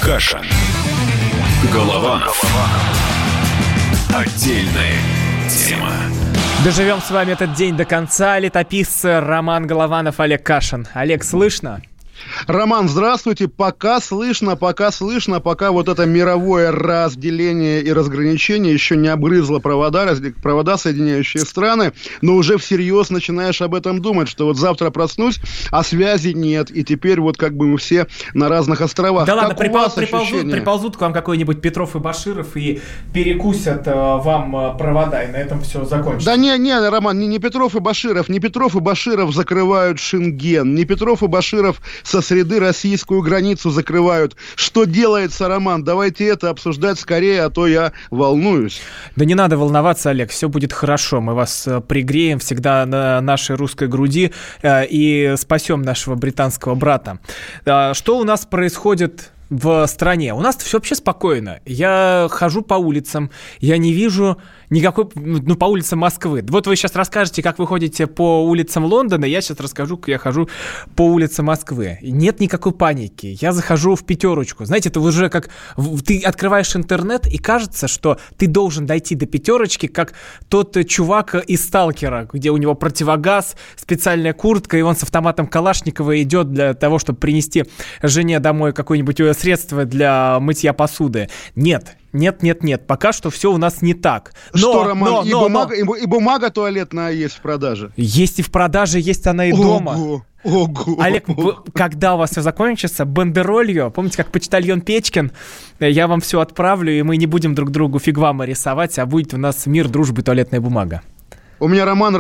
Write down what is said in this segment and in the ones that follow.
Кашин. Голованов. Отдельная тема. Доживем с вами этот день до конца. Летописцы Роман Голованов, Олег Кашин. Олег, слышно? Роман, здравствуйте. Пока слышно, пока вот это мировое разделение и разграничение еще не обгрызло провода, соединяющие страны, но уже всерьез начинаешь об этом думать, что вот завтра проснусь, а связи нет, и теперь вот как бы мы все на разных островах. Да как ладно, приползут к вам какой-нибудь Петров и Баширов и перекусят вам провода, и на этом все закончится. Да не, Роман, не Петров и Баширов, не Петров и Баширов закрывают Шенген, не Петров и Баширов со среды российскую границу закрывают. Что делается, Роман? Давайте это обсуждать скорее, а то я волнуюсь. Да не надо волноваться, Олег, все будет хорошо. Мы вас пригреем всегда на нашей русской груди и спасем нашего британского брата. Что у нас происходит в стране? У нас все вообще спокойно. Я хожу по улицам, я не вижу никакой, по улицам Москвы. Вот вы сейчас расскажете, как вы ходите по улицам Лондона, я сейчас расскажу, как я хожу по улицам Москвы. Нет никакой паники. Я захожу в пятерочку. Знаете, это уже как... Ты открываешь интернет, и кажется, что ты должен дойти до пятерочки, как тот чувак из «Сталкера», где у него противогаз, специальная куртка, и он с автоматом Калашникова идет для того, чтобы принести жене домой какое-нибудь средство для мытья посуды. Нет, пока что все у нас не так. Роман, и бумага туалетная есть в продаже? Есть и в продаже, есть она и дома. Ого. Олег, когда у вас все закончится, бандеролью, помните, как почтальон Печкин, я вам все отправлю, и мы не будем друг другу фигвамы рисовать, а будет у нас мир, дружба и туалетная бумага. У меня Роман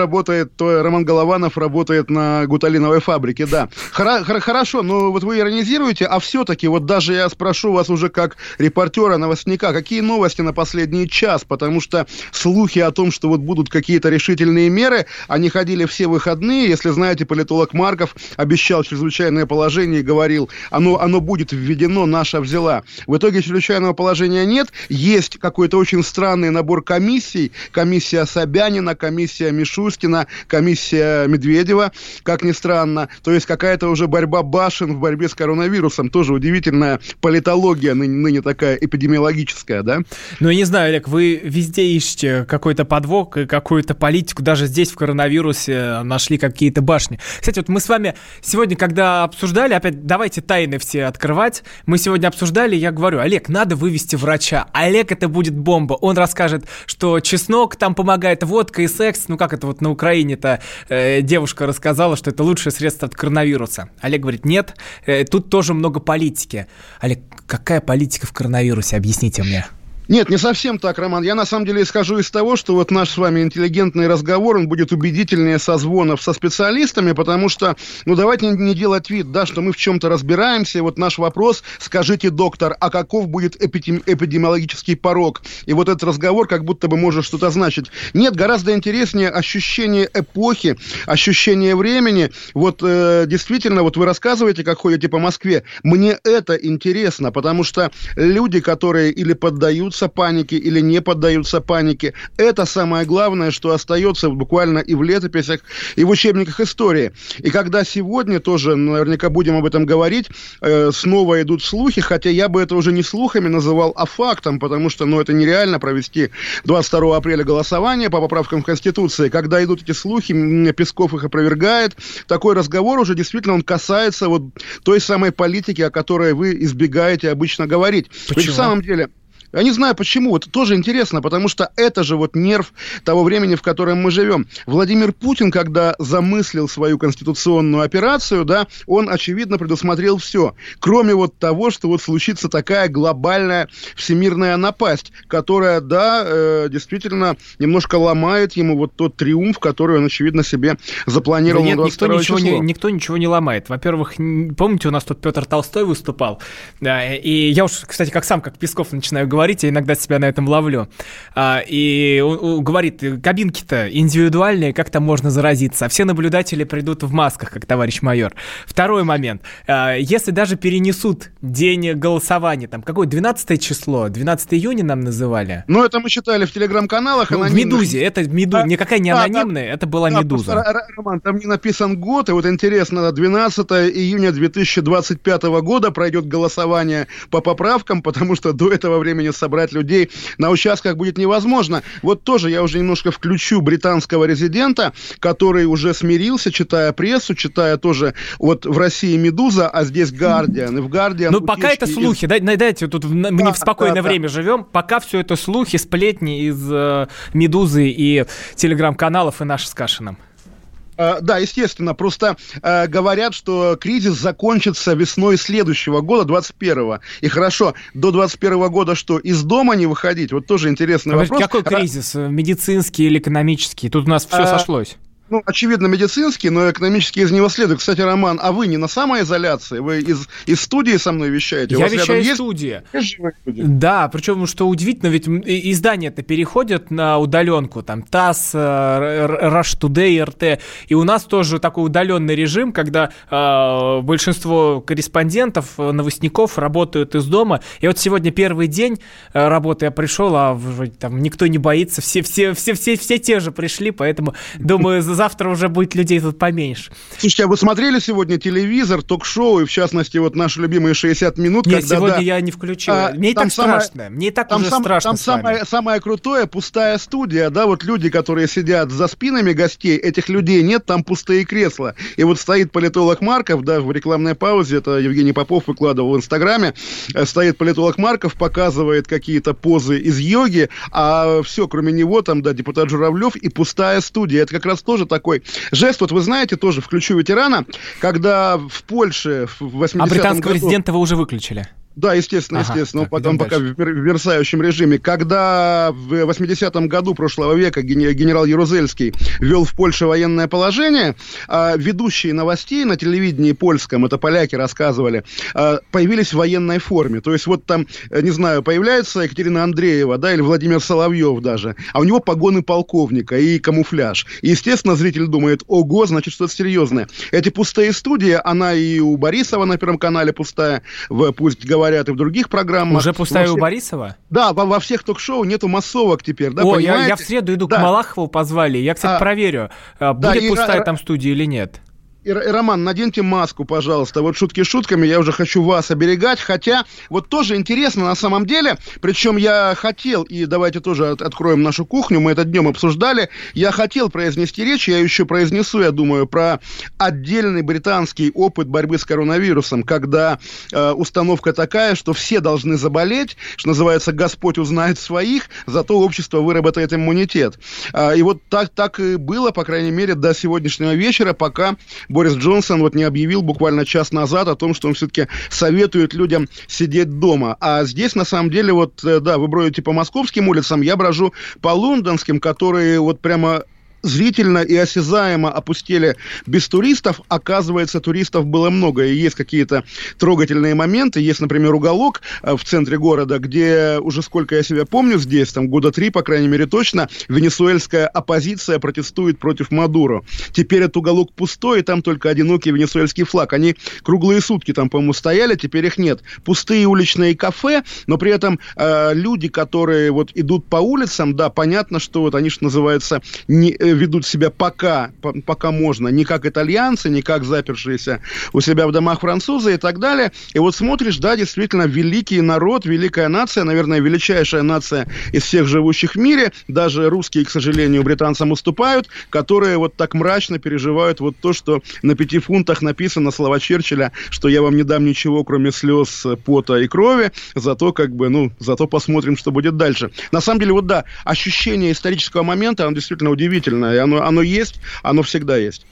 Голованов работает на гуталиновой фабрике, да. Хорошо, но вот вы иронизируете, а все-таки вот даже я спрошу вас уже как репортера, новостника, какие новости на последний час? Потому что слухи о том, что вот будут какие-то решительные меры, они ходили все выходные. Если знаете, политолог Марков обещал чрезвычайное положение и говорил, оно будет введено, наша взяла. В итоге чрезвычайного положения нет. Есть какой-то очень странный набор комиссий. Комиссия Собянина, комиссия Мишустина, комиссия Медведева, как ни странно. То есть какая-то уже борьба башен в борьбе с коронавирусом. Тоже удивительная политология ныне такая эпидемиологическая, да? Ну, я не знаю, Олег, вы везде ищете какой-то подвох и какую-то политику. Даже здесь в коронавирусе нашли какие-то башни. Кстати, вот мы с вами сегодня, когда обсуждали, опять давайте тайны все открывать, мы сегодня обсуждали, я говорю, Олег, надо вывести врача. Олег, это будет бомба. Он расскажет, что чеснок там помогает, водка и секс. Ну, как это вот на Украине-то девушка рассказала, что это лучшее средство от коронавируса. Олег говорит, нет, тут тоже много политики. Олег, какая политика в коронавирусе? Объясните мне. Нет, не совсем так, Роман. Я, на самом деле, исхожу из того, что вот наш с вами интеллигентный разговор, он будет убедительнее созвонов со специалистами, потому что, давайте не делать вид, да, что мы в чем-то разбираемся. Вот наш вопрос, скажите, доктор, а каков будет эпидемиологический порог? И вот этот разговор как будто бы может что-то значить. Нет, гораздо интереснее ощущение эпохи, ощущение времени. Вот действительно, вот вы рассказываете, как ходите по Москве. Мне это интересно, потому что люди, которые или поддаются панике или не поддаются панике. Это самое главное, что остается буквально и в летописях, и в учебниках истории. И когда сегодня тоже, наверняка будем об этом говорить, снова идут слухи, хотя я бы это уже не слухами называл, а фактом, потому что, это нереально провести 22 апреля голосование по поправкам в Конституции. Когда идут эти слухи, Песков их опровергает. Такой разговор уже действительно он касается вот той самой политики, о которой вы избегаете обычно говорить. Почему? Ведь в самом деле... Я не знаю почему, это тоже интересно, потому что это же вот нерв того времени, в котором мы живем. Владимир Путин, когда замыслил свою конституционную операцию, да, он, очевидно, предусмотрел все, кроме вот того, что вот случится такая глобальная всемирная напасть, которая, да, действительно немножко ломает ему вот тот триумф, который он, очевидно, себе запланировал на 22 число. Никто ничего не ломает. Во-первых, помните, у нас тут Петр Толстой выступал, и я уж, кстати, как Песков начинаю говорить, говорить, я иногда себя на этом ловлю. И он говорит, кабинки-то индивидуальные, как там можно заразиться? А все наблюдатели придут в масках, как товарищ майор. Второй момент. Если даже перенесут день голосования, там, какое 12 число? 12 июня нам называли? Ну, это мы читали в телеграм-каналах. В «Медузе». Это никакая не анонимная, это была «Медуза». Роман, там не написан год, и вот интересно, 12 июня 2025 года пройдет голосование по поправкам, потому что до этого времени собрать людей на участках будет невозможно. Вот тоже я уже немножко включу британского резидента, который уже смирился, читая прессу, читая тоже вот в России «Медуза», а здесь «Гардиан». И в «Гардиан» ну, пока это слухи. Дайте, тут мы не в спокойное время живем. Пока все это слухи, сплетни из «Медузы» и телеграм-каналов, и наши с Кашиным. Да, естественно, просто говорят, что кризис закончится весной следующего года, 21-го. И хорошо, до 21-го года что, из дома не выходить? Вот тоже интересный вопрос. Какой кризис? Медицинский или экономический? Тут у нас все сошлось. Ну, очевидно, медицинский, но экономический из него следует. Кстати, Роман, а вы не на самоизоляции? Вы из студии со мной вещаете? Я вещаю из студии. Да, причем, что удивительно, ведь издания-то переходят на удаленку. Там ТАСС, Rush Today, РТ. И у нас тоже такой удаленный режим, когда большинство корреспондентов, новостников работают из дома. И вот сегодня первый день работы я пришел, а там никто не боится. Все те же пришли, поэтому, думаю, завтра уже будет людей тут поменьше. Слушайте, а вы смотрели сегодня телевизор, ток-шоу, и в частности, вот наши любимые 60 минут? Нет, сегодня я не включил. Мне и так страшно. Мне и так уже страшно. Там самое крутое — пустая студия, да, вот люди, которые сидят за спинами гостей, этих людей нет, там пустые кресла. И вот стоит политолог Марков, да, в рекламной паузе, это Евгений Попов выкладывал в Инстаграме, стоит политолог Марков, показывает какие-то позы из йоги, а все, кроме него, там, да, депутат Журавлев и пустая студия. Это как раз тоже такой жест. Вот вы знаете, тоже включу ветерана, когда в Польше в 80-м году... А британского резидента вы уже выключили? Да, естественно. Он потом пока в версающем режиме. Когда в 80-м году прошлого века генерал Ярузельский ввел в Польше военное положение, ведущие новостей на телевидении польском, это поляки рассказывали, появились в военной форме. То есть вот там, не знаю, появляется Екатерина Андреева, да, или Владимир Соловьев даже, а у него погоны полковника и камуфляж. И, естественно, зритель думает, ого, значит, что-то серьезное. Эти пустые студии, она и у Борисова на Первом канале пустая, пусть говорят, и в других программах. Уже пустая у Борисова? Да, во всех ток-шоу нету массовок теперь. Да, я в среду иду, к Малахову позвали. Я, кстати, проверю, будет пустая там студия или нет. И, Роман, наденьте маску, пожалуйста. Вот шутки шутками, я уже хочу вас оберегать. Хотя, вот тоже интересно на самом деле, причем я хотел, и давайте тоже откроем нашу кухню, мы это днем обсуждали, я хотел произнести речь, я еще произнесу, я думаю, про отдельный британский опыт борьбы с коронавирусом, когда установка такая, что все должны заболеть, что называется, Господь узнает своих, зато общество выработает иммунитет. И вот так и было, по крайней мере, до сегодняшнего вечера, пока Борис Джонсон вот не объявил буквально час назад о том, что он все-таки советует людям сидеть дома. А здесь, на самом деле, вот, да, вы бродите по московским улицам, я брожу по лондонским, которые вот прямо зрительно и осязаемо опустели без туристов. Оказывается, туристов было много, и есть какие-то трогательные моменты. Есть, например, уголок в центре города, где уже сколько я себя помню здесь, там года 3, по крайней мере, точно, венесуэльская оппозиция протестует против Мадуро. Теперь этот уголок пустой, и там только одинокий венесуэльский флаг. Они круглые сутки там, по-моему, стояли, теперь их нет. Пустые уличные кафе, но при этом люди, которые вот идут по улицам, да, понятно, что вот они, что называется, ведут себя пока можно, не как итальянцы, не как запершиеся у себя в домах французы и так далее. И вот смотришь, да, действительно, великий народ, великая нация, наверное, величайшая нация из всех живущих в мире, даже русские, к сожалению, британцам уступают, которые вот так мрачно переживают вот то, что на 5 фунтах написано, слова Черчилля, что я вам не дам ничего, кроме слез, пота и крови, зато зато посмотрим, что будет дальше. На самом деле, вот да, ощущение исторического момента, оно действительно удивительное. Оно есть, оно всегда есть.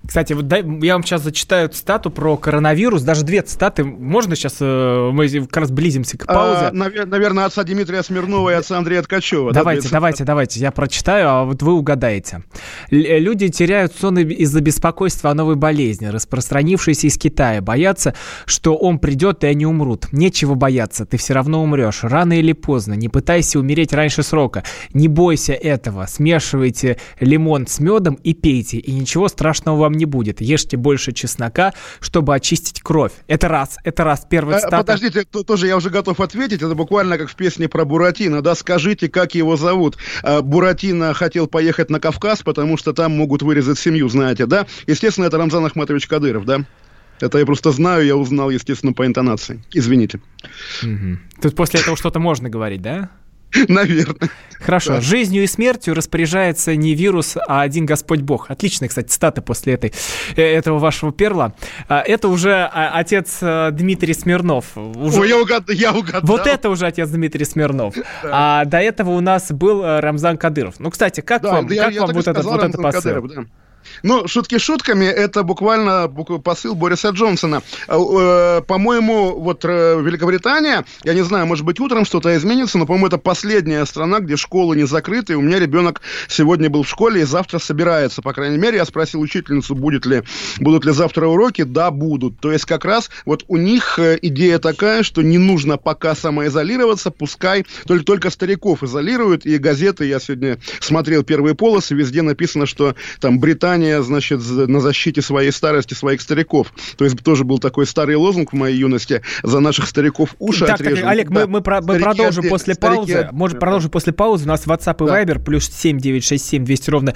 Кстати, вот я вам сейчас зачитаю цитату про коронавирус, даже 2 цитаты. Можно сейчас, мы как раз близимся к паузе. Наверное, отца Дмитрия Смирнова и отца Андрея Ткачева. Давайте, я прочитаю, а вот вы угадаете. Люди теряют сон из-за беспокойства о новой болезни, распространившейся из Китая. Боятся, что он придет, и они умрут. Нечего бояться, ты все равно умрешь. Рано или поздно. Не пытайся умереть раньше срока. Не бойся этого. Смешивайте лимон с медом и пейте, и ничего страшного вам не будет. Ешьте больше чеснока, чтобы очистить кровь. Это раз. Первая цитата. Подождите, тоже я уже готов ответить. Это буквально как в песне про Буратино. Да, скажите, как его зовут. Буратино хотел поехать на Кавказ, потому что там могут вырезать семью, знаете, да? Естественно, это Рамзан Ахматович Кадыров, да? Это я просто знаю, я узнал, естественно, по интонации. Извините. Тут после этого что-то можно говорить, да? Наверное. Хорошо. Да. Жизнью и смертью распоряжается не вирус, а один Господь Бог. Отличная, кстати, цитата после этого вашего перла. Это уже отец Дмитрий Смирнов. Ой, я угадал. Вот это уже отец Дмитрий Смирнов. Да. А до этого у нас был Рамзан Кадыров. Ну, кстати, как вам вот это посыл? Да. Ну, шутки шутками, это буквально посыл Бориса Джонсона. По-моему, вот Великобритания, я не знаю, может быть, утром что-то изменится, но, по-моему, это последняя страна, где школы не закрыты. И у меня ребенок сегодня был в школе и завтра собирается, по крайней мере. Я спросил учительницу, будут ли завтра уроки. Да, будут. То есть как раз вот у них идея такая, что не нужно пока самоизолироваться, пускай только стариков изолируют. И газеты, я сегодня смотрел первые полосы, везде написано, что там Британия, значит, на защите своей старости, своих стариков. То есть тоже был такой старый лозунг в моей юности: за наших стариков уши отрежем. Так, Олег, мы продолжим после паузы. Может, продолжим после паузы. У нас WhatsApp и Viber +7 967 200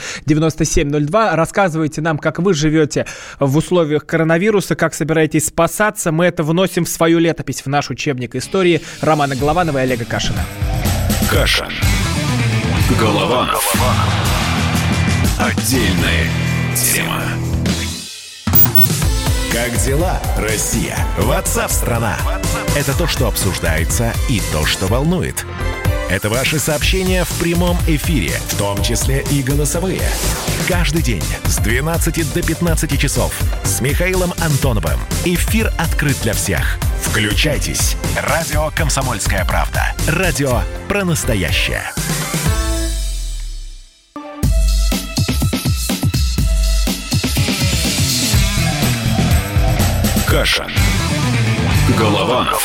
9702. Рассказывайте нам, как вы живете в условиях коронавируса, как собираетесь спасаться. Мы это вносим в свою летопись, в наш учебник истории Романа Голованова и Олега Кашина. Кашин. Голованов. Отдельная тема. Как дела, Россия? WhatsApp-страна. Это то, что обсуждается, и то, что волнует. Это ваши сообщения в прямом эфире, в том числе и голосовые. Каждый день с 12 до 15 часов с Михаилом Антоновым. Эфир открыт для всех. Включайтесь. Радио «Комсомольская правда». Радио про настоящее. Кашин. Голованов.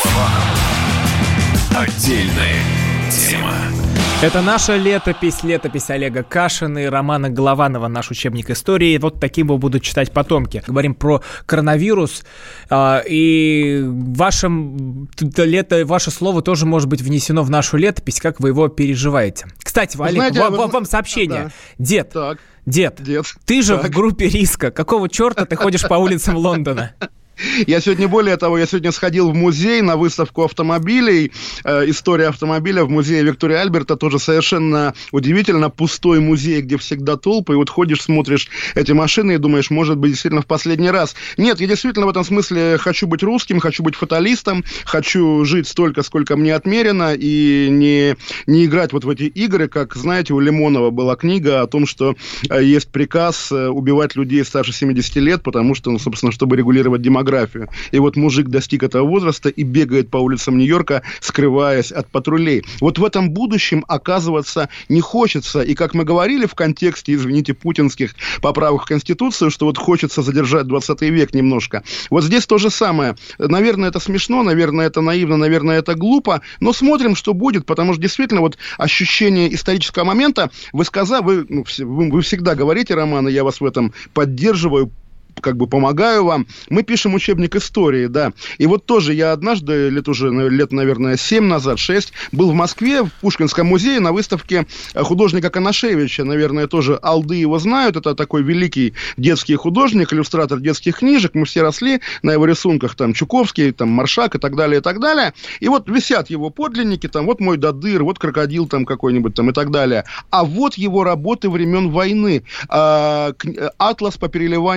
Отдельная тема. Это наша летопись Олега Кашина и Романа Голованова, наш учебник истории. Вот таким его будут читать потомки. Говорим про коронавирус, и ваше слово тоже может быть внесено в нашу летопись, как вы его переживаете. Кстати, Олег, вам сообщение. Да. Дед, ты же в группе риска. Какого черта ты ходишь по улицам Лондона? Я сегодня сходил в музей на выставку автомобилей, история автомобиля в музее Виктория Альберта, тоже совершенно удивительно, пустой музей, где всегда толпы, и вот ходишь, смотришь эти машины и думаешь, может быть, действительно в последний раз. Нет, я действительно в этом смысле хочу быть русским, хочу быть фаталистом, хочу жить столько, сколько мне отмерено, и не играть вот в эти игры, как, знаете, у Лимонова была книга о том, что есть приказ убивать людей старше 70 лет, потому что, собственно, чтобы регулировать демографию. И вот мужик достиг этого возраста и бегает по улицам Нью-Йорка, скрываясь от патрулей. Вот в этом будущем оказываться не хочется. И как мы говорили в контексте, извините, путинских поправок в Конституцию, что вот хочется задержать 20 век немножко. Вот здесь то же самое. Наверное, это смешно, наверное, это наивно, наверное, это глупо, но смотрим, что будет, потому что действительно вот ощущение исторического момента, вы всегда говорите, Роман, и я вас в этом поддерживаю, как бы помогаю вам. Мы пишем учебник истории, да. И вот тоже я однажды, лет, наверное, 7 назад, 6, был в Москве, в Пушкинском музее на выставке художника Конашевича. Наверное, тоже алды его знают. Это такой великий детский художник, иллюстратор детских книжек. Мы все росли на его рисунках. Там Чуковский, там Маршак и так далее, и так далее. И вот висят его подлинники. Там вот мой Дадыр, вот крокодил там какой-нибудь там и так далее. А вот его работы времен войны. Атлас по переливанию крови.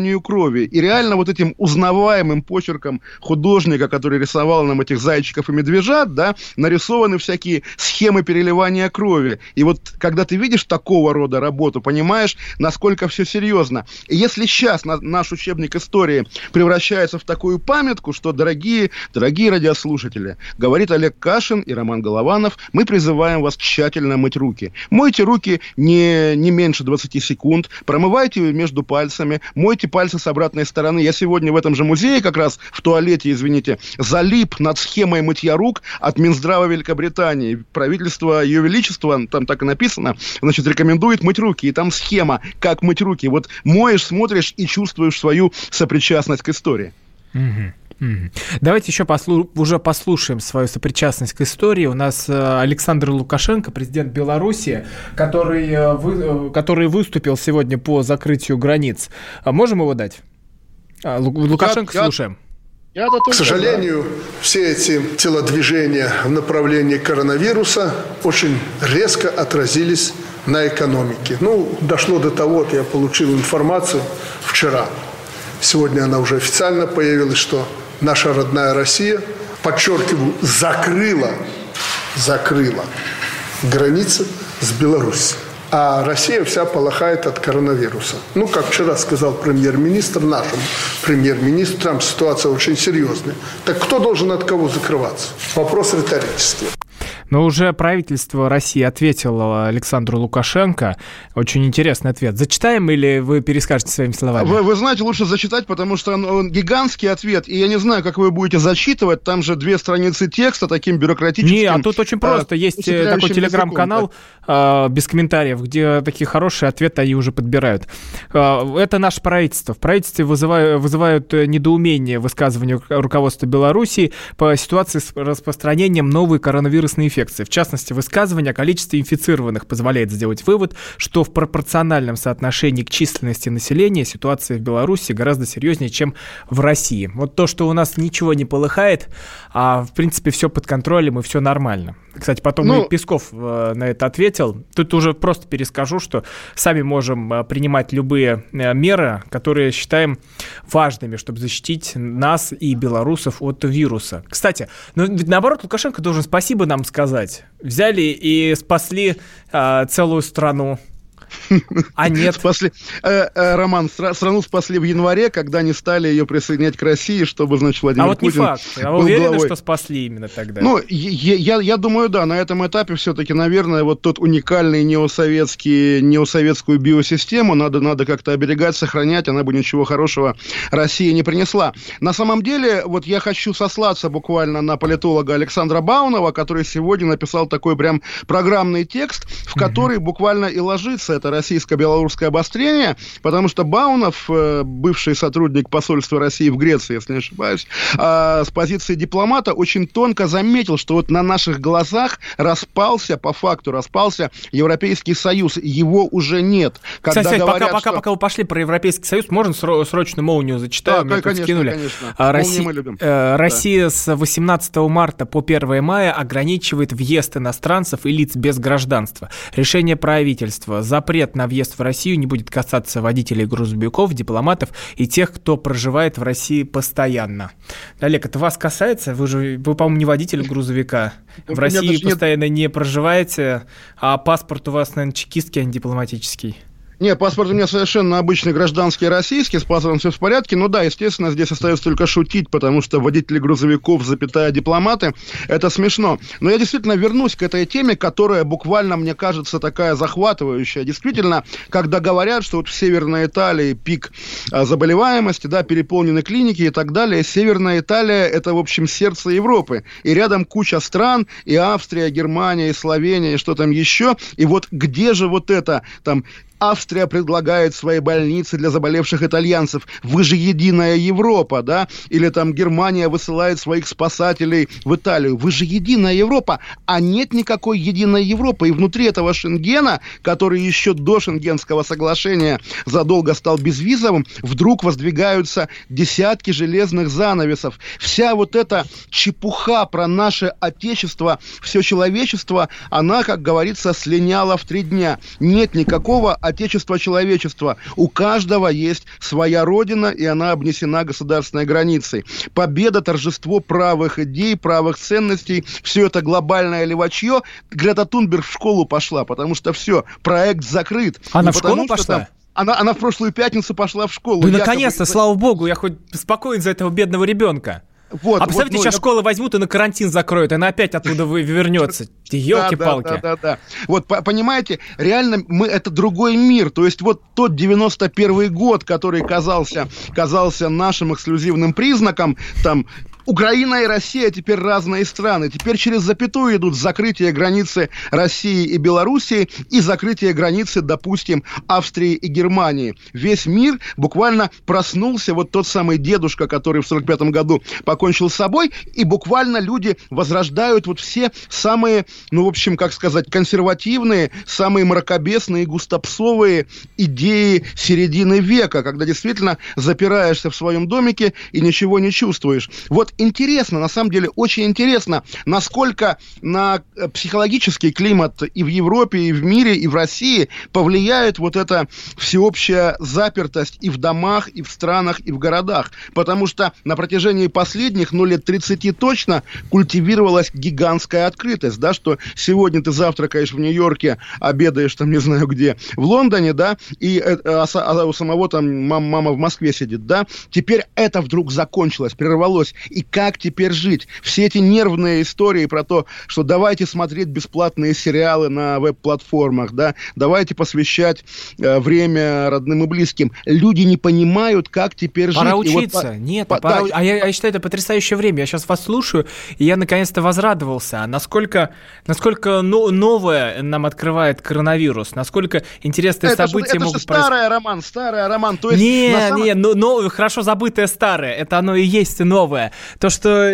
крови. И реально вот этим узнаваемым почерком художника, который рисовал нам этих зайчиков и медвежат, да, нарисованы всякие схемы переливания крови. И вот когда ты видишь такого рода работу, понимаешь, насколько все серьезно. И если сейчас наш учебник истории превращается в такую памятку, что, дорогие радиослушатели, говорит Олег Кашин и Роман Голованов, мы призываем вас тщательно мыть руки. Мойте руки не меньше 20 секунд, промывайте между пальцами, мойте пальцы с обратной стороны. Я сегодня в этом же музее, как раз в туалете, извините, залип над схемой мытья рук от Минздрава Великобритании. Правительство Ее Величества, там так и написано, значит, рекомендует мыть руки. И там схема, как мыть руки. Вот моешь, смотришь и чувствуешь свою сопричастность к истории. Давайте еще уже послушаем свою сопричастность к истории. У нас Александр Лукашенко, президент Беларуси, который выступил сегодня по закрытию границ. Можем его дать? Лукашенко, слушаем. К сожалению, все эти телодвижения в направлении коронавируса очень резко отразились на экономике. Дошло до того, я получил информацию вчера. Сегодня она уже официально появилась, что наша родная Россия, подчеркиваю, закрыла границы с Беларусью. А Россия вся полыхает от коронавируса. Как вчера сказал премьер-министр, нашему премьер-министру, там ситуация очень серьезная. Так кто должен от кого закрываться? Вопрос риторический. Но уже правительство России ответило Александру Лукашенко. Очень интересный ответ. Зачитаем или вы перескажете своими словами? Вы знаете, лучше зачитать, потому что он гигантский ответ. И я не знаю, как вы будете зачитывать. Там же 2 страницы текста таким бюрократическим. Не, а тут очень просто. Есть такой телеграм-канал без комментариев, где такие хорошие ответы они уже подбирают. Это наше правительство. В правительстве вызывают недоумение высказывания руководства Белоруссии по ситуации с распространением новой коронавирусной инфекции. В частности, высказывание о количестве инфицированных позволяет сделать вывод, что в пропорциональном соотношении к численности населения ситуация в Беларуси гораздо серьезнее, чем в России. Вот то, что у нас ничего не полыхает, а в принципе все под контролем и все нормально. Кстати, потом и Песков на это ответил. Тут уже просто перескажу, что сами можем принимать любые меры, которые считаем важными, чтобы защитить нас и белорусов от вируса. Кстати, ведь наоборот, Лукашенко должен спасибо нам сказать. Взяли и спасли целую страну. А нет. Роман, страну спасли в январе, когда не стали ее присоединять к России, чтобы, значит, Владимир Путин... не факт. А вы уверены, что спасли именно тогда? Я думаю, да. На этом этапе все-таки, наверное, вот тот уникальный неосоветскую биосистему надо как-то оберегать, сохранять. Она бы ничего хорошего России не принесла. На самом деле, вот я хочу сослаться буквально на политолога Александра Баунова, который сегодня написал такой прям программный текст, в который буквально и ложится это российско-белорусское обострение, потому что Баунов, бывший сотрудник посольства России в Греции, если не ошибаюсь, с позиции дипломата очень тонко заметил, что вот на наших глазах по факту распался Европейский Союз. Его уже нет. Кстати, пока вы пошли про Европейский Союз, можно срочно молнию зачитаю? Да, конечно. Россия, мы любим. Россия с 18 марта по 1 мая ограничивает въезд иностранцев и лиц без гражданства. Решение правительства: запрет на въезд в Россию не будет касаться водителей грузовиков, дипломатов и тех, кто проживает в России постоянно. Олег, это вас касается? Вы, по-моему, не водитель грузовика. В России постоянно не проживаете, а паспорт у вас, наверное, чекистский, а не дипломатический. Нет, паспорт у меня совершенно обычный гражданский российский, с паспортом все в порядке. Но да, естественно, здесь остается только шутить, потому что водители грузовиков, дипломаты, это смешно. Но я действительно вернусь к этой теме, которая буквально, мне кажется, такая захватывающая. Действительно, когда говорят, что вот в Северной Италии пик заболеваемости, да, переполнены клиники и так далее. Северная Италия – это, в общем, сердце Европы. И рядом куча стран, и Австрия, Германия, и Словения, и что там еще. И вот где же вот это там... Австрия предлагает свои больницы для заболевших итальянцев. Вы же единая Европа, да? Или там Германия высылает своих спасателей в Италию. Вы же единая Европа. А нет никакой единой Европы. И внутри этого Шенгена, который еще до Шенгенского соглашения задолго стал безвизовым, вдруг воздвигаются десятки железных занавесов. Вся вот эта чепуха про наше отечество, все человечество, она, как говорится, слиняла в 3 дня. Нет никакого отечества человечества. У каждого есть своя родина, и она обнесена государственной границей. Победа, торжество правых идей, правых ценностей, все это глобальное левачье. Грета Тунберг в школу пошла, потому что все, проект закрыт. Она в школу пошла? Она в прошлую пятницу пошла в школу. Ну, наконец-то, слава богу, я хоть спокоен за этого бедного ребенка. Вот, представьте, сейчас школы возьмут и на карантин закроют, и она опять оттуда вернется. Ёлки-палки. Да. Вот, понимаете, реально это другой мир. То есть вот тот 91-й год, который казался нашим эксклюзивным признаком, там, Украина и Россия теперь разные страны. Теперь через запятую идут закрытие границы России и Белоруссии и закрытие границы, допустим, Австрии и Германии. Весь мир буквально проснулся, вот тот самый дедушка, который в 45-м году покончил с собой, и буквально люди возрождают вот все самые, ну, в общем, как сказать, консервативные, самые мракобесные, густопсовые идеи середины века, когда действительно запираешься в своем домике и ничего не чувствуешь. Вот интересно, на самом деле, очень интересно, насколько на психологический климат и в Европе, и в мире, и в России повлияет вот эта всеобщая запертость и в домах, и в странах, и в городах. Потому что на протяжении последних, лет 30 точно культивировалась гигантская открытость, да, что сегодня ты завтракаешь в Нью-Йорке, обедаешь там, не знаю где, в Лондоне, да, и у самого там мама в Москве сидит, да. Теперь это вдруг закончилось, прервалось. И как теперь жить? Все эти нервные истории про то, что давайте смотреть бесплатные сериалы на веб-платформах, да, давайте посвящать время родным и близким. Люди не понимают, как теперь пора жить. Учиться. Я считаю, это потрясающее время. Я сейчас вас слушаю, и я наконец-то возрадовался. Насколько новое нам открывает коронавирус, насколько интересные события могут происходить. Старое, Роман. То есть, хорошо забытое старое. Это оно и есть новое. То, что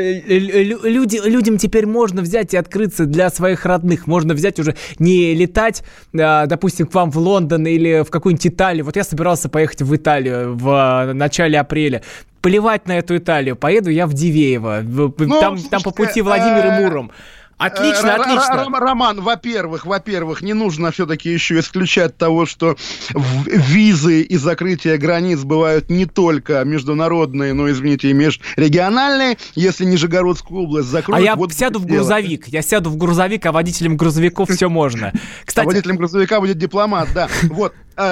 людям теперь можно взять и открыться для своих родных. Можно взять уже не летать, допустим, к вам в Лондон или в какую-нибудь Италию. Вот я собирался поехать в Италию в начале апреля. Плевать на эту Италию. Поеду я в Дивеево. Там по пути Владимир и Муром. Отлично. Роман, во-первых, не нужно все-таки еще исключать того, что визы и закрытие границ бывают не только международные, но, извините, и межрегиональные. Если Нижегородскую область закроют... я сяду в грузовик. А водителям грузовиков все можно. Кстати, водителем грузовика будет дипломат, да. Вот.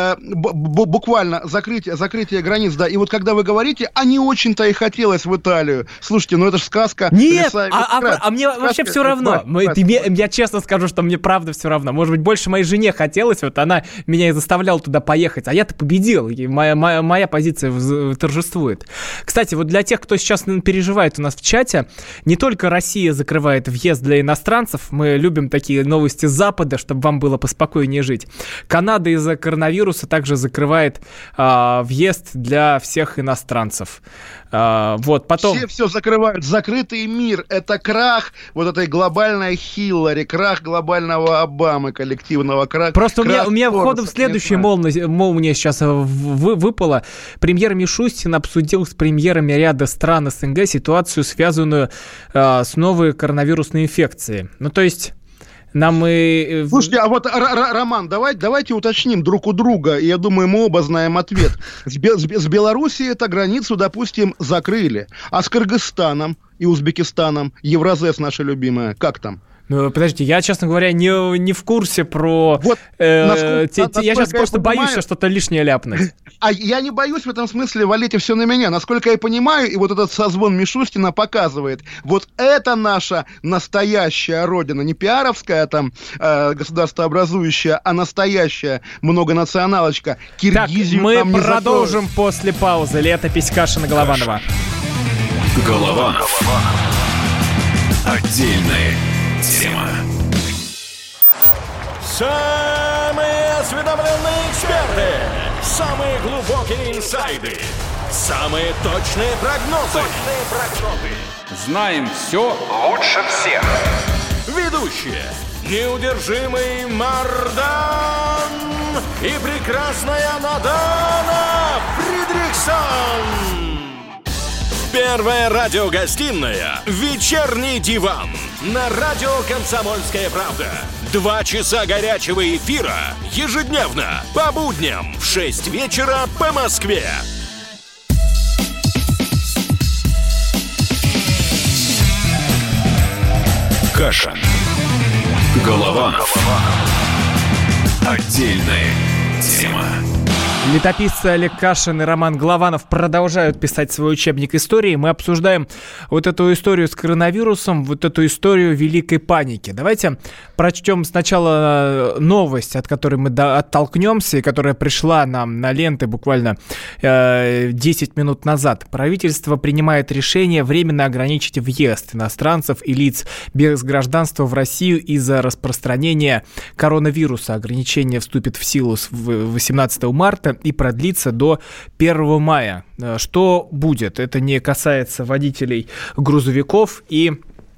Буквально закрытие границ, да. И вот когда вы говорите, а не очень-то и хотелось в Италию. Слушайте, это же сказка. Нет, мне вообще все равно. Я честно скажу, что мне правда все равно. Может быть, больше моей жене хотелось, вот она меня и заставляла туда поехать, а я-то победил, и моя позиция торжествует. Кстати, вот для тех, кто сейчас переживает у нас в чате, не только Россия закрывает въезд для иностранцев, мы любим такие новости с Запада, чтобы вам было поспокойнее жить. Канада из-за коронавируса также закрывает въезд для всех иностранцев. Вот, потом... Все закрывают. Закрытый мир — это крах вот этой глобальной Хиллари, крах глобального Обамы, коллективного краха. Просто у меня входом в следующее молния сейчас выпало. Премьер Мишустин обсудил с премьерами ряда стран СНГ ситуацию, связанную с новой коронавирусной инфекцией. Ну, то есть... Слушайте, а вот, Роман, давайте уточним друг у друга, и я думаю, мы оба знаем ответ. С Белоруссией эту границу, допустим, закрыли, а с Кыргызстаном и Узбекистаном, Евразес наша любимая, как там? Ну, подождите, я, честно говоря, не в курсе про... Вот, я сейчас просто боюсь что-то лишнее ляпнуть. А я не боюсь в этом смысле, валите все на меня. Насколько я понимаю, и вот этот созвон Мишустина показывает, вот это наша настоящая родина, не пиаровская там государствообразующая, а настоящая многонационалочка. Киргизию так, мы продолжим после паузы. Летопись Кашина-Голованова. Голованов. Отдельная тема. Самые осведомленные эксперты, самые глубокие инсайды, самые точные прогнозы. Знаем все лучше всех. Ведущие: неудержимый Мардан и прекрасная Надана Фридрихсон. Первая радиогостинная «Вечерний диван» на радио «Комсомольская правда». 2 часа горячего эфира ежедневно по будням в 6 вечера по Москве. Каша. Голованов. Отдельная тема. Летописцы Олег Кашин и Роман Голованов продолжают писать свой учебник истории. Мы обсуждаем вот эту историю с коронавирусом, вот эту историю великой паники. Давайте прочтем сначала новость, от которой мы оттолкнемся, и которая пришла нам на ленты буквально 10 минут назад. Правительство принимает решение временно ограничить въезд иностранцев и лиц без гражданства в Россию из-за распространения коронавируса. Ограничение вступит в силу с 18 марта и продлится до 1 мая. Что будет? Это не касается водителей грузовиков и...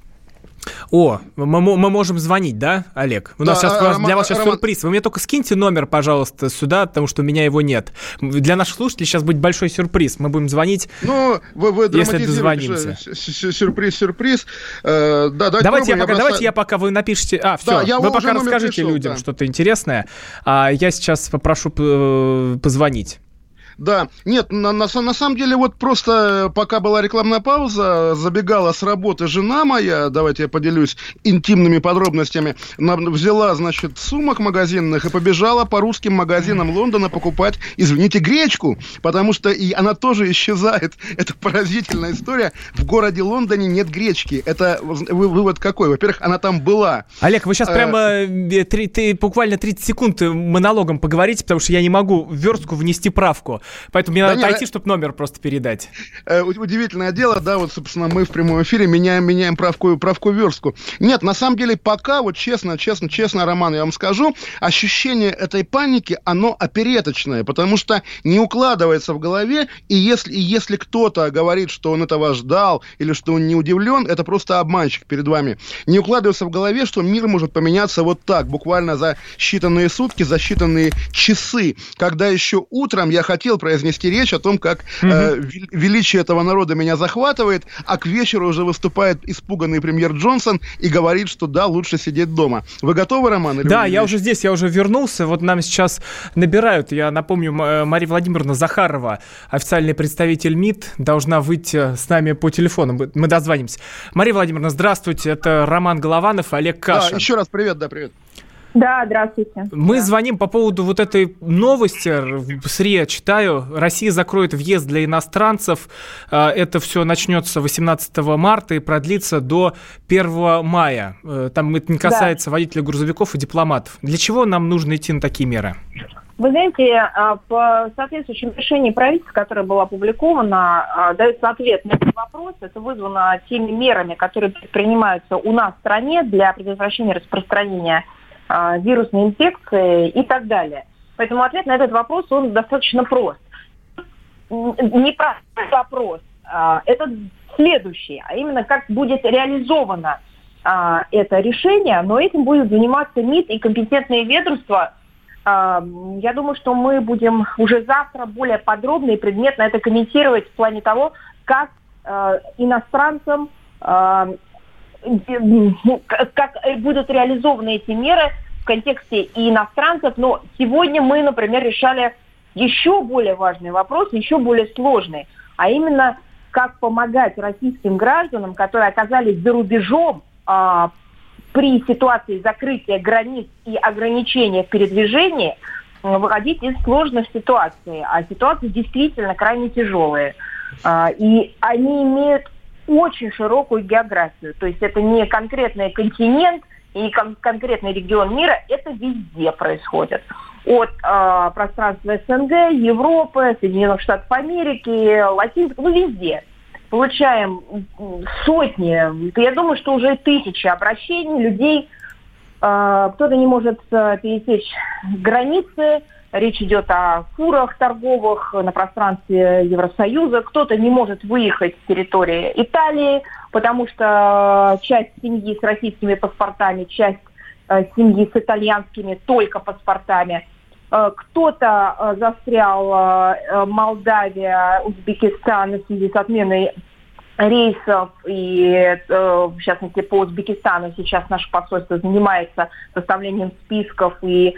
мы можем звонить, да, Олег? У нас сейчас для вас сюрприз. Вы мне только скиньте номер, пожалуйста, сюда, потому что у меня его нет. Для наших слушателей сейчас будет большой сюрприз. Мы будем звонить, если дозвонимся. Сюрприз. Давайте я пока вы напишите... вы пока расскажите людям что-то интересное, а я сейчас попрошу позвонить. Да, нет, на самом деле вот просто пока была рекламная пауза, забегала с работы жена моя, давайте я поделюсь интимными подробностями, взяла, значит, сумок магазинных и побежала по русским магазинам Лондона покупать, извините, гречку, потому что и она тоже исчезает. Это поразительная история. В городе Лондоне нет гречки. Это вывод какой? Во-первых, она там была. Олег, вы сейчас прямо буквально 30 секунд монологом поговорите, потому что я не могу в верстку внести правку. Поэтому мне надо отойти, чтобы номер просто передать. Удивительное дело, да, вот, собственно, мы в прямом эфире меняем правку верстку. Нет, на самом деле, пока, вот честно, Роман, я вам скажу, ощущение этой паники, оно опереточное, потому что не укладывается в голове, и если кто-то говорит, что он этого ждал, или что он не удивлен, это просто обманщик перед вами. Не укладывается в голове, что мир может поменяться вот так, буквально за считанные сутки, за считанные часы, когда еще утром я хотел произнести речь о том, как величие этого народа меня захватывает, а к вечеру уже выступает испуганный премьер Джонсон и говорит, что да, лучше сидеть дома. Вы готовы, Роман? Да, я уже здесь, я уже вернулся. Вот нам сейчас набирают, я напомню, Мария Владимировна Захарова, официальный представитель МИД, должна выйти с нами по телефону. Мы дозвонимся. Мария Владимировна, здравствуйте. Это Роман Голованов, Олег Кашин. Еще раз привет, привет. Да, здравствуйте. Мы звоним по поводу вот этой новости. С РИА читаю. Россия закроет въезд для иностранцев. Это все начнется 18 марта и продлится до 1 мая. Там это не касается водителей грузовиков и дипломатов. Для чего нам нужно идти на такие меры? Вы знаете, по соответствующему решению правительства, которое было опубликовано, дается ответ на этот вопрос. Это вызвано теми мерами, которые предпринимаются у нас в стране для предотвращения распространения вирусной инфекции и так далее. Поэтому ответ на этот вопрос, он достаточно прост. Непростой вопрос. Это следующий, а именно как будет реализовано это решение, но этим будет заниматься МИД и компетентные ведомства. Я думаю, что мы будем уже завтра более подробно и предметно это комментировать в плане того, как иностранцам как будут реализованы эти меры в контексте и иностранцев. Но сегодня мы, например, решали еще более важный вопрос, еще более сложный, а именно как помогать российским гражданам, которые оказались за рубежом при ситуации закрытия границ и ограничения в передвижении, выходить из сложных ситуаций. А ситуации действительно крайне тяжелые. И они имеют очень широкую географию. То есть это не конкретный континент и не конкретный регион мира, это везде происходит. От пространства СНГ, Европы, Соединенных Штатов Америки, Латинской, везде. Получаем сотни, я думаю, что уже тысячи обращений людей. Кто-то не может пересечь границы. Речь идет о фурах торговых на пространстве Евросоюза. Кто-то не может выехать с территории Италии, потому что часть семьи с российскими паспортами, часть семьи с итальянскими только паспортами. Кто-то застрял Молдавия, Узбекистан в связи с отменой рейсов, и в частности по Узбекистану сейчас наше посольство занимается составлением списков и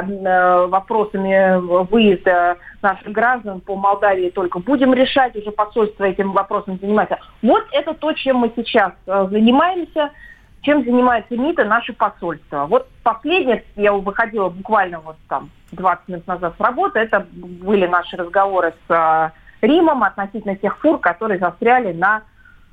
вопросами выезда наших граждан. По Молдавии только будем решать, уже посольство этим вопросом занимается. Вот это то, чем мы сейчас занимаемся, чем занимается МИД и наше посольство. Вот последнее, я выходила буквально 20 минут назад с работы, это были наши разговоры с Римом относительно тех фур, которые застряли на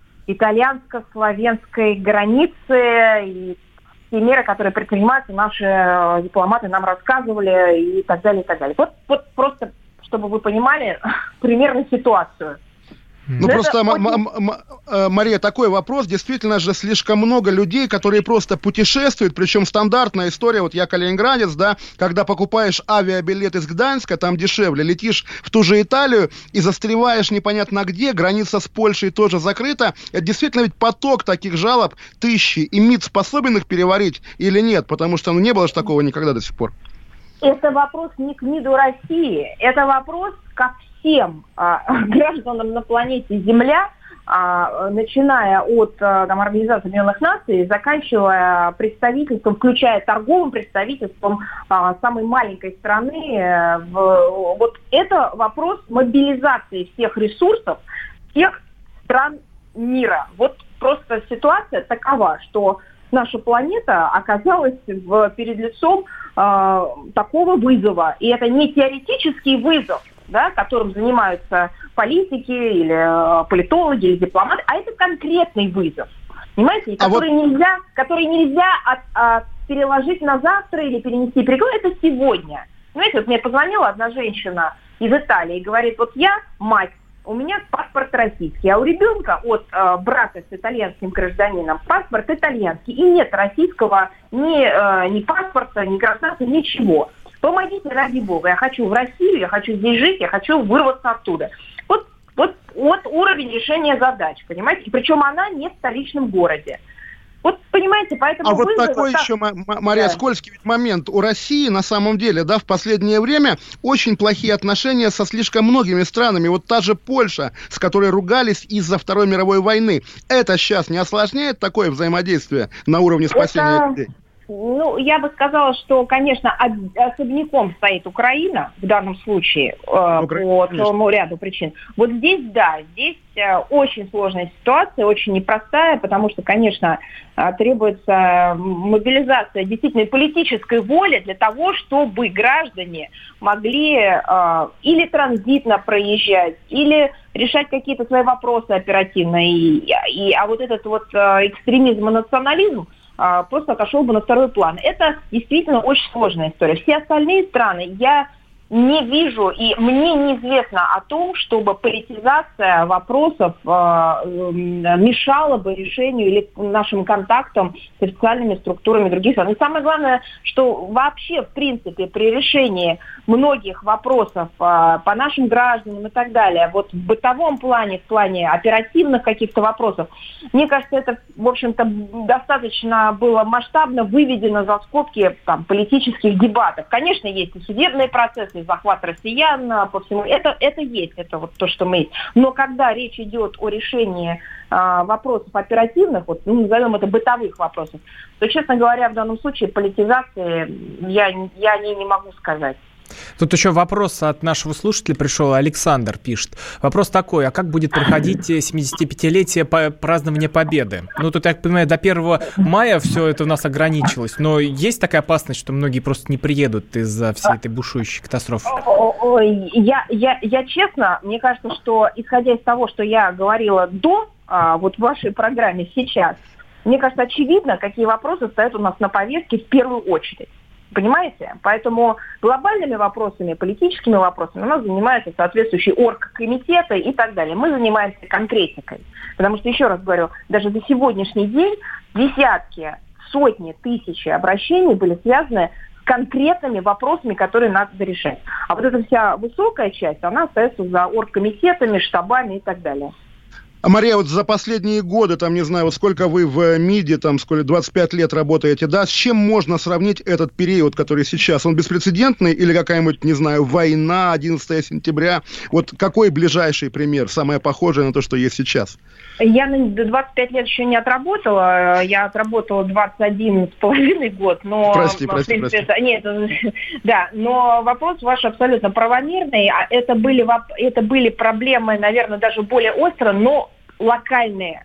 итальянско-славянской границе, и те меры, которые предпринимаются, наши дипломаты нам рассказывали, и так далее, и так далее. Вот просто, чтобы вы понимали примерно ситуацию. Ну, просто, Мария, такой вопрос. Действительно же слишком много людей, которые просто путешествуют, причем стандартная история, вот я калининградец, да, когда покупаешь авиабилет из Гданьска, там дешевле, летишь в ту же Италию и застреваешь непонятно где, граница с Польшей тоже закрыта. Это действительно ведь поток таких жалоб тысячи, и МИД способен их переварить или нет? Потому что не было же такого никогда до сих пор. Это вопрос не к МИДу России, это вопрос ко всем гражданам на планете Земля, начиная от Организации Объединенных Наций, заканчивая представительством, включая торговым представительством самой маленькой страны. Вот это вопрос мобилизации всех ресурсов всех стран мира. Вот просто ситуация такова, что наша планета оказалась перед лицом такого вызова. И это не теоретический вызов, да, которым занимаются политики или политологи, или дипломаты, а это конкретный вызов, понимаете, который нельзя переложить на завтра или перенести это сегодня. Понимаете, вот мне позвонила одна женщина из Италии и говорит, вот я мать, у меня паспорт российский, а у ребенка от брата с итальянским гражданином паспорт итальянский, и нет российского ни паспорта, ни гражданства, ничего. Помогите, ради бога, я хочу в Россию, я хочу здесь жить, я хочу вырваться оттуда. Вот уровень решения задач, понимаете? И причем она не в столичном городе. Вот, понимаете, поэтому... А вот такой еще, Мария, скользкий момент. У России, на самом деле, да, в последнее время очень плохие отношения со слишком многими странами. Вот та же Польша, с которой ругались из-за Второй мировой войны. Это сейчас не осложняет такое взаимодействие на уровне спасения людей? Ну, я бы сказала, что, конечно, особняком стоит Украина в данном случае по целому ряду причин. Вот здесь, да, здесь очень сложная ситуация, очень непростая, потому что, конечно, требуется мобилизация действительно политической воли для того, чтобы граждане могли или транзитно проезжать, или решать какие-то свои вопросы оперативно. А вот этот вот экстремизм и национализм просто отошел бы на второй план. Это действительно очень сложная история. Все остальные страны я не вижу, и мне неизвестно о том, чтобы политизация вопросов мешала бы решению или нашим контактам с официальными структурами других стран. И самое главное, что вообще, в принципе, при решении многих вопросов по нашим гражданам и так далее, вот в бытовом плане, в плане оперативных каких-то вопросов, мне кажется, это, в общем-то, достаточно было масштабно выведено за скобки политических дебатов. Конечно, есть и судебные процессы, захват россиян по всему. Это есть, это вот то, что мы есть. Но когда речь идет о решении вопросов оперативных, вот, назовем это бытовых вопросов, то, честно говоря, в данном случае политизации я о ней не могу сказать. Тут еще вопрос от нашего слушателя пришел, Александр пишет. Вопрос такой, а как будет проходить 75-летие празднования Победы? Ну, тут, я понимаю, до 1 мая все это у нас ограничилось, но есть такая опасность, что многие просто не приедут из-за всей этой бушующей катастрофы? Я честно, мне кажется, что, исходя из того, что я говорила до вот в вашей программе сейчас, мне кажется, очевидно, какие вопросы стоят у нас на повестке в первую очередь. Понимаете? Поэтому глобальными вопросами, политическими вопросами у нас занимаются соответствующие оргкомитеты и так далее. Мы занимаемся конкретикой. Потому что, еще раз говорю, даже за сегодняшний день десятки, сотни, тысячи обращений были связаны с конкретными вопросами, которые надо решать. А вот эта вся высокая часть, она остается за оргкомитетами, штабами и так далее. А, Мария, вот за последние годы, там, не знаю, вот сколько вы в МИДе, там, сколько, 25 лет работаете, да, с чем можно сравнить этот период, который сейчас? Он беспрецедентный или какая-нибудь, не знаю, война, 11 сентября? Вот какой ближайший пример, самое похожее на то, что есть сейчас? Я 25 лет еще не отработала, я отработала 21,5 год, но... Прости. Нет, да, но вопрос ваш абсолютно правомерный, это были проблемы, наверное, даже более острые, но локальные.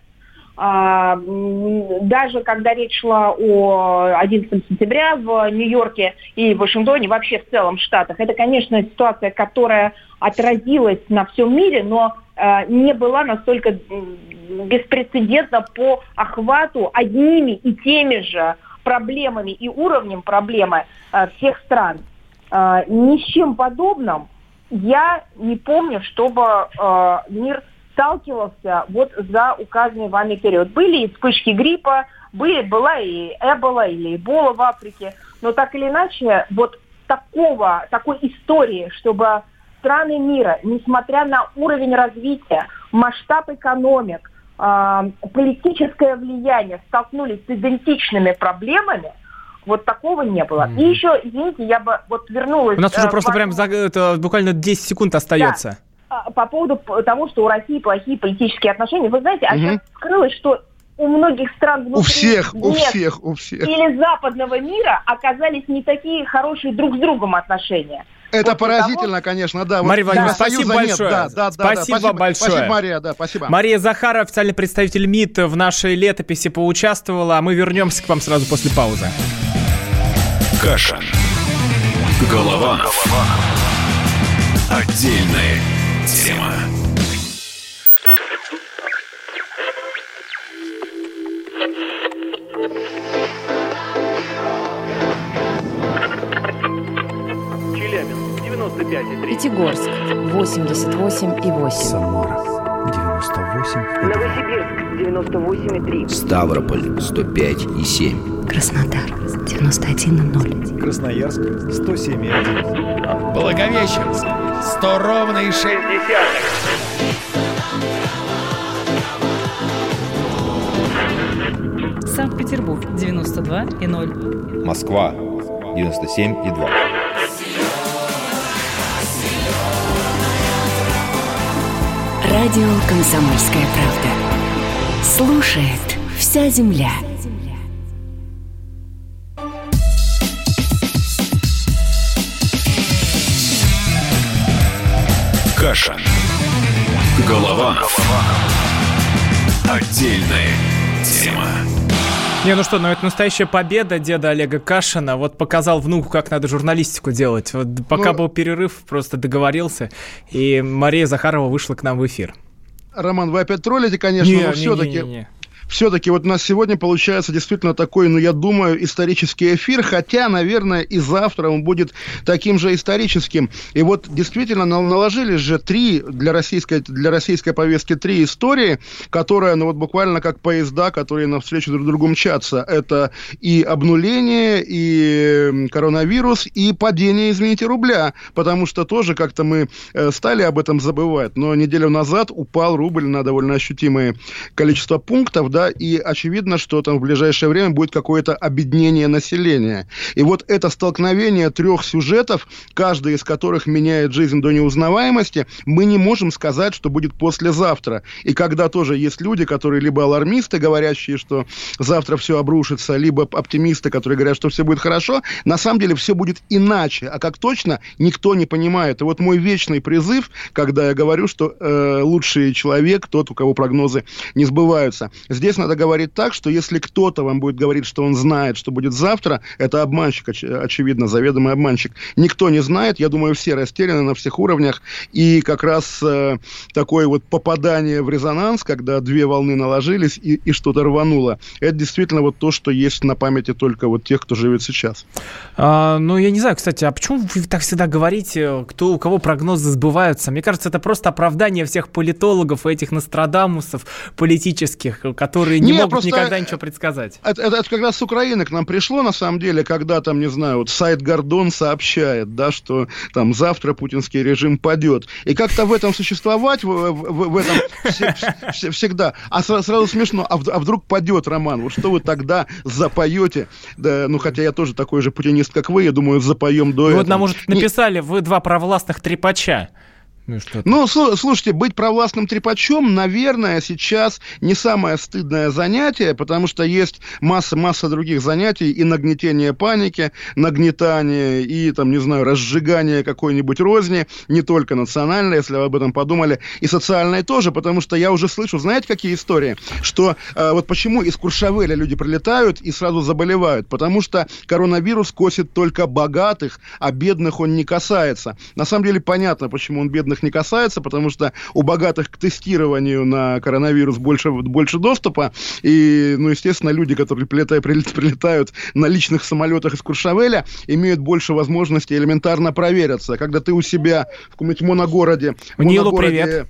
Даже когда речь шла о 11 сентября в Нью-Йорке и Вашингтоне, вообще в целом в Штатах, это, конечно, ситуация, которая отразилась на всем мире, но не была настолько беспрецедентна по охвату одними и теми же проблемами и уровнем проблемы всех стран. Ни с чем подобным я не помню, чтобы мир сталкивался вот за указанный вами период. Были и вспышки гриппа, была и Эбола или Эбола в Африке, но так или иначе вот такой истории, чтобы страны мира, несмотря на уровень развития, масштаб экономик, политическое влияние, столкнулись с идентичными проблемами, вот такого не было. И еще, извините, я бы вот вернулась... У нас уже просто прям буквально 10 секунд остается. Да, по поводу того, что у России плохие политические отношения. Вы знаете, сейчас скрылось, что у многих стран внутри... У всех. Или западного мира оказались не такие хорошие друг с другом отношения. Это вот поразительно, конечно, да. Мария Владимировна, спасибо большое. Спасибо большое. Спасибо, Мария, да, спасибо. Мария Захарова, официальный представитель МИД, в нашей летописи поучаствовала, а мы вернемся к вам сразу после паузы. Кашин. Голованов. Отдельная тема. Челябинск, 95,3. Пятигорск, 88,8. Самара, 98,2. Новосибирск, 98,3. Ставрополь, 105,7. Краснодар, 91,0. Красноярск, 107,1. Благовещенск, 100,6. Санкт-Петербург, 92,0. Москва, 97,2. Радио «Комсомольская правда». Слушает вся земля. Кашин. Голованов. Отдельная тема. Это настоящая победа деда Олега Кашина. Вот показал внуку, как надо журналистику делать. Вот пока был перерыв, просто договорился, и Мария Захарова вышла к нам в эфир. Роман, вы опять троллите, конечно, но все-таки... Все-таки вот у нас сегодня получается действительно такой, я думаю, исторический эфир, хотя, наверное, и завтра он будет таким же историческим. И вот действительно наложились же для российской повестки 3 истории, которые, буквально как поезда, которые навстречу друг другу мчатся. Это и обнуление, и коронавирус, и падение, рубля. Потому что тоже как-то мы стали об этом забывать. Но неделю назад упал рубль на довольно ощутимое количество пунктов, да, и очевидно, что там в ближайшее время будет какое-то обеднение населения. И вот это столкновение 3 сюжетов, каждый из которых меняет жизнь до неузнаваемости, мы не можем сказать, что будет послезавтра. И когда тоже есть люди, которые либо алармисты, говорящие, что завтра все обрушится, либо оптимисты, которые говорят, что все будет хорошо, на самом деле все будет иначе. А как точно, никто не понимает. И вот мой вечный призыв, когда я говорю, что лучший человек тот, у кого прогнозы не сбываются. Здесь надо говорить так, что если кто-то вам будет говорить, что он знает, что будет завтра, это обманщик, очевидно, заведомый обманщик. Никто не знает, я думаю, все растеряны на всех уровнях, и как раз такое вот попадание в резонанс, когда 2 волны наложились и что-то рвануло, это действительно вот то, что есть на памяти только вот тех, кто живет сейчас. Я не знаю, кстати, а почему вы так всегда говорите, у кого прогнозы сбываются? Мне кажется, это просто оправдание всех политологов и этих Нострадамусов политических, которые которые не могут никогда ничего предсказать. Это как раз с Украины к нам пришло, на самом деле, когда там, не знаю, вот сайт Гордон сообщает, да, что там завтра путинский режим падет. И как-то в этом существовать, в этом всегда. А сразу смешно, а вдруг падет, Роман? Вот что вы тогда запоете? Да, ну, хотя я тоже такой же путинист, как вы, я думаю, запоем до этого. Вот нам уже написали, вы два провластных трепача. Ну, слушайте, быть провластным трепачом, наверное, сейчас не самое стыдное занятие, потому что есть масса других занятий, и нагнетение паники, нагнетание, и, там, не знаю, разжигание какой-нибудь розни, не только национальной, если вы об этом подумали, и социальной тоже, потому что я уже слышу, знаете, какие истории, что вот почему из Куршавеля люди прилетают и сразу заболевают, потому что коронавирус косит только богатых, а бедных он не касается. На самом деле понятно, почему он бедных не касается, потому что у богатых к тестированию на коронавирус больше доступа, и, ну, естественно, люди, которые прилетают на личных самолетах из Куршавеля, имеют больше возможностей элементарно провериться. Когда ты у себя в каком-нибудь моногороде... Нилу привет.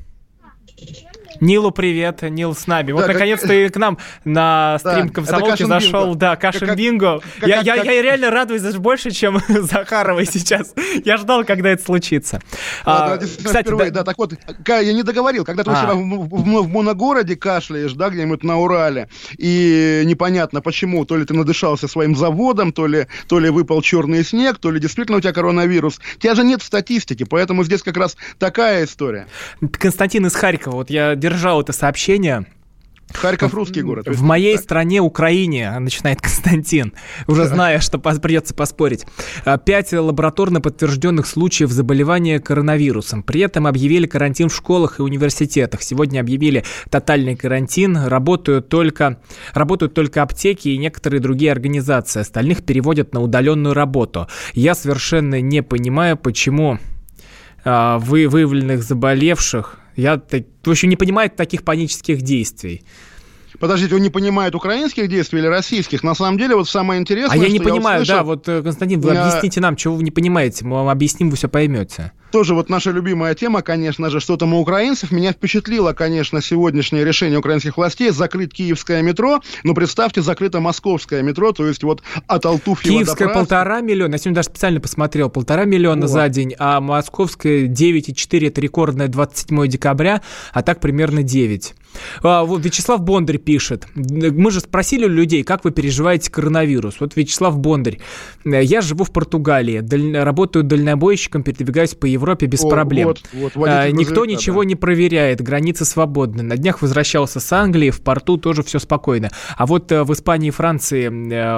Нилу привет, Нил с нами. Вот, наконец-то и к нам на стрим комсомолки зашел, да, Кашин Бинго. Я реально радуюсь даже больше, чем Захаровой сейчас. Я ждал, когда это случится. Кстати, да, так вот, я не договорил, когда ты у себя в моногороде кашляешь, да, где-нибудь на Урале, и непонятно почему, то ли ты надышался своим заводом, то ли выпал черный снег, то ли действительно у тебя коронавирус. Тебя же нет в статистике, поэтому здесь как раз такая история. Константин из Харькова, вот я держал это сообщение. Харьков русский город. В моей стране, Украине, начинает Константин, уже зная, что придется поспорить. 5 лабораторно подтвержденных случаев заболевания коронавирусом. При этом объявили карантин в школах и университетах. Сегодня объявили тотальный карантин. Работают только аптеки и некоторые другие организации. Остальных переводят на удаленную работу. Я совершенно не понимаю, почему выявленных заболевших... В общем, не понимает таких панических действий. Подождите, он не понимает украинских действий или российских? На самом деле, вот самое интересное, я не понимаю, услышал... да, вот, Константин, вы объясните нам, чего вы не понимаете, мы вам объясним, вы все поймете. Тоже вот наша любимая тема, конечно же, что там у украинцев. Меня впечатлило, конечно, сегодняшнее решение украинских властей закрыть киевское метро, но представьте, закрыто московское метро, то есть вот от Алтуфьева до Киевское 1,5 миллиона, я сегодня даже специально посмотрел, 1,5 миллиона за день, а московское 9,4, это рекордное 27 декабря, а так примерно 9. Вот Вячеслав Бондарь пишет. Мы же спросили у людей, как вы переживаете коронавирус. Вот Вячеслав Бондарь. Я живу в Португалии, работаю дальнобойщиком, передвигаюсь по Европе без проблем. Никто ничего не проверяет, границы свободны. На днях возвращался с Англии, в порту тоже все спокойно. А вот в Испании и Франции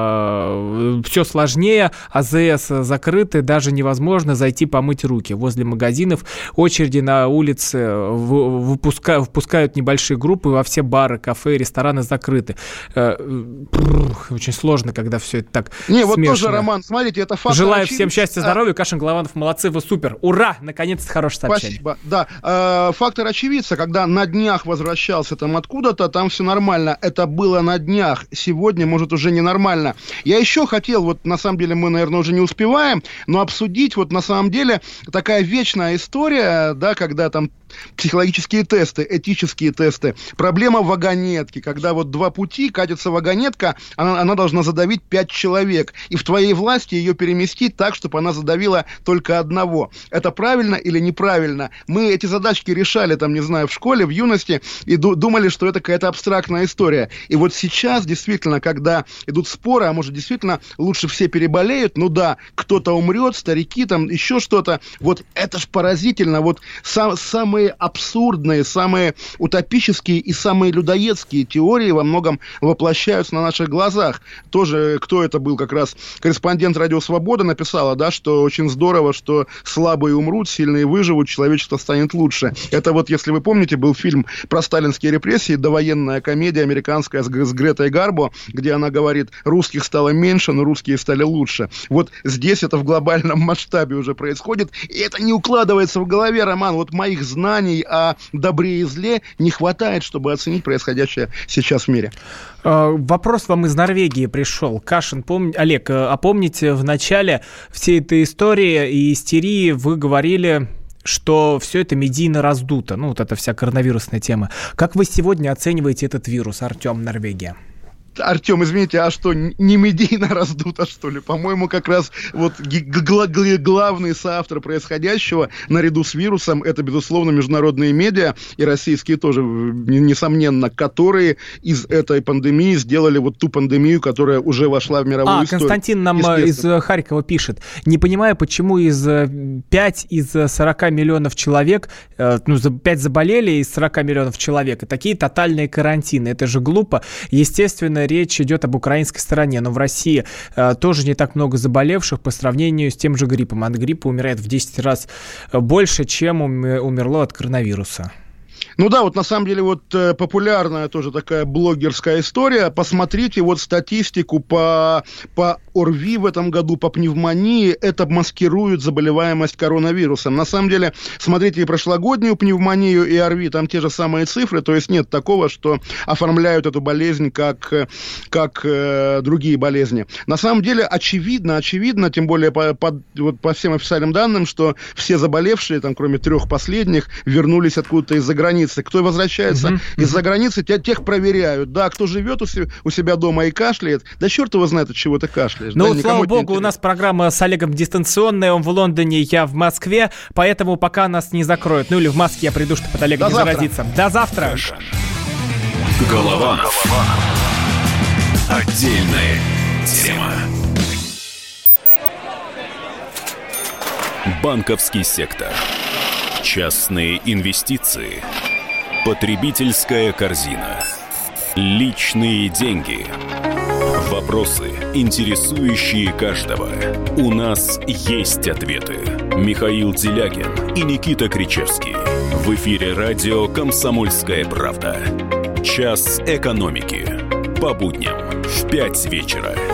все сложнее, АЗС закрыты, даже невозможно зайти помыть руки. Возле магазинов очереди на улице впускают небольшие группы, во все бары, кафе, рестораны закрыты. Очень сложно, когда все это так смешано. Вот тоже, Роман, смотрите, это фактор. Желаю всем счастья, здоровья. Кашин, Голованов, молодцы, вы супер. Ура! Наконец-то хорошее сообщение. Спасибо. Да, фактор очевидца, когда на днях возвращался там откуда-то, там все нормально. Это было на днях. Сегодня, может, уже ненормально. Я еще хотел, вот на самом деле мы, наверное, уже не успеваем, но обсудить вот на самом деле такая вечная история, да, когда там психологические тесты, этические тесты. Проблема вагонетки, когда вот два пути, катится вагонетка, она должна задавить 5 человек. И в твоей власти ее переместить так, чтобы она задавила только одного. Это правильно или неправильно? Мы эти задачки решали, там, не знаю, в школе, в юности, и думали, что это какая-то абстрактная история. И вот сейчас, действительно, когда идут споры, а может, действительно, лучше все переболеют, ну да, кто-то умрет, старики, там, еще что-то. Вот это ж поразительно. Вот самые абсурдные, самые утопические и самые людоедские теории во многом воплощаются на наших глазах. Тоже, кто это был, как раз корреспондент «Радио Свобода» написала, да, что очень здорово, что слабые умрут, сильные выживут, человечество станет лучше. Это вот, если вы помните, был фильм про сталинские репрессии, довоенная комедия американская с Гретой Гарбо, где она говорит, русских стало меньше, но русские стали лучше. Вот здесь это в глобальном масштабе уже происходит, и это не укладывается в голове, Роман, вот моих знаний о добре и зле не хватает, чтобы оценить происходящее сейчас в мире. Вопрос вам из Норвегии пришел. Кашин, Олег, а помните, в начале всей этой истории и истерии вы говорили, что все это медийно раздуто, ну, вот эта вся коронавирусная тема. Как вы сегодня оцениваете этот вирус, Артем, Норвегия? Артем, извините, а что, не медийно раздуто, что ли? По-моему, как раз вот главный соавтор происходящего, наряду с вирусом, это, безусловно, международные медиа, и российские тоже, несомненно, которые из этой пандемии сделали вот ту пандемию, которая уже вошла в мировую историю. Константин нам из Харькова пишет. Не понимаю, почему 5 из 40 миллионов человек, 5 заболели из 40 миллионов человек, и такие тотальные карантины. Это же глупо. Естественно, речь идет об украинской стороне, но в России тоже не так много заболевших по сравнению с тем же гриппом. От гриппа умирает в 10 раз больше, чем умерло от коронавируса. Ну да, вот на самом деле вот популярная тоже такая блогерская история. Посмотрите вот статистику по ОРВИ в этом году, по пневмонии. Это маскирует заболеваемость коронавирусом. На самом деле, смотрите и прошлогоднюю пневмонию, и ОРВИ, там те же самые цифры. То есть нет такого, что оформляют эту болезнь как другие болезни. На самом деле очевидно, тем более по всем официальным данным, что все заболевшие, там, кроме 3 последних, вернулись откуда-то из-за границы. Кто возвращается из-за границы, тех проверяют. Да, кто живет у себя дома и кашляет, да черт его знает, от чего ты кашляешь. Ну, да, слава богу, у нас программа с Олегом дистанционная, он в Лондоне, я в Москве, поэтому пока нас не закроют. Ну или в Москве я приду, чтобы от Олега не заразиться. До завтра. Голова. Отдельная тема. Банковский сектор. Частные инвестиции. Потребительская корзина. Личные деньги. Вопросы, интересующие каждого. У нас есть ответы. Михаил Делягин и Никита Кричевский. В эфире радио «Комсомольская правда». Час экономики. По будням в 5 вечера.